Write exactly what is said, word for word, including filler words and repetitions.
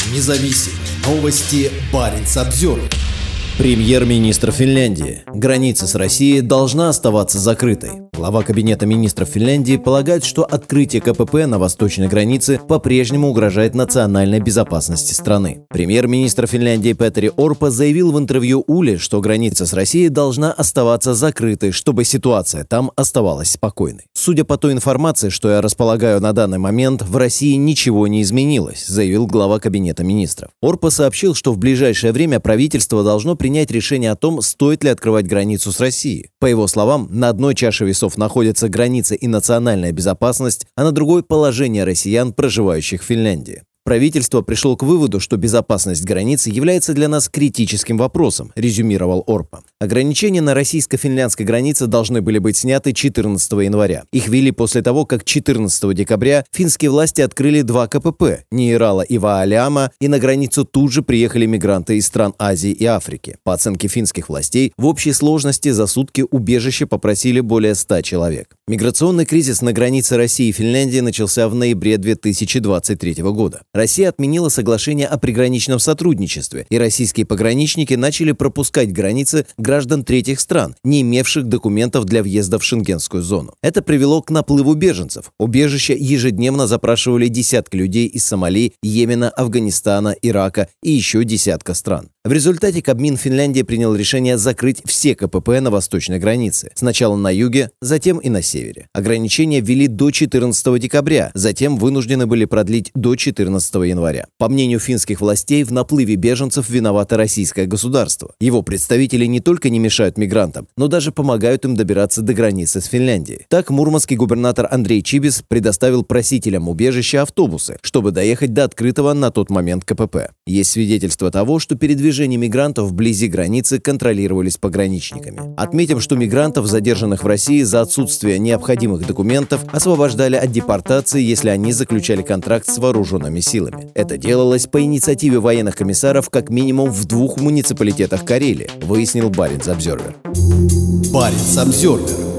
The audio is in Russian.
Независимые новости. Баренц-Обзервер. Премьер-министр Финляндии. Граница с Россией должна оставаться закрытой. Глава Кабинета министров Финляндии полагает, что открытие ка пэ пэ на восточной границе по-прежнему угрожает национальной безопасности страны. Премьер-министр Финляндии Петери Орпо заявил в интервью Уле, что граница с Россией должна оставаться закрытой, чтобы ситуация там оставалась спокойной. Судя по той информации, что я располагаю на данный момент, в России ничего не изменилось, заявил глава Кабинета министров. Орпо сообщил, что в ближайшее время правительство должно принять решение о том, стоит ли открывать границу с Россией. По его словам, на одной чаше весов находятся граница и национальная безопасность, а на другой – положение россиян, проживающих в Финляндии. Правительство пришло к выводу, что безопасность границы является для нас критическим вопросом, резюмировал Орпо. Ограничения на российско-финляндской границе должны были быть сняты четырнадцатого января. Их ввели после того, как четырнадцатого декабря финские власти открыли два ка пэ пэ – Нейрала и Ваалиама, и на границу тут же приехали мигранты из стран Азии и Африки. По оценке финских властей, в общей сложности за сутки убежище попросили более ста человек. Миграционный кризис на границе России и Финляндии начался в ноябре две тысячи двадцать третьего года. Россия отменила соглашение о приграничном сотрудничестве, и российские пограничники начали пропускать границы граждан третьих стран, не имевших документов для въезда в шенгенскую зону. Это привело к наплыву беженцев. Убежища ежедневно запрашивали десятки людей из Сомали, Йемена, Афганистана, Ирака и еще десятка стран. В результате Кабмин Финляндии принял решение закрыть все ка пэ пэ на восточной границе. Сначала на юге, затем и на севере. Ограничения ввели до четырнадцатого декабря, затем вынуждены были продлить до четырнадцатого января. По мнению финских властей, в наплыве беженцев виновато российское государство. Его представители не только не мешают мигрантам, но даже помогают им добираться до границы с Финляндией. Так, мурманский губернатор Андрей Чибис предоставил просителям убежища автобусы, чтобы доехать до открытого на тот момент ка пэ пэ. Есть свидетельство того, что передвижение мигрантов вблизи границы контролировались пограничниками. Отметим, что мигрантов, задержанных в России за отсутствие необходимых документов, освобождали от депортации, если они заключали контракт с вооруженными силами. Это делалось по инициативе военных комиссаров как минимум в двух муниципалитетах Карелии, выяснил Баренц-Обзервер. Баренц-Обзервер.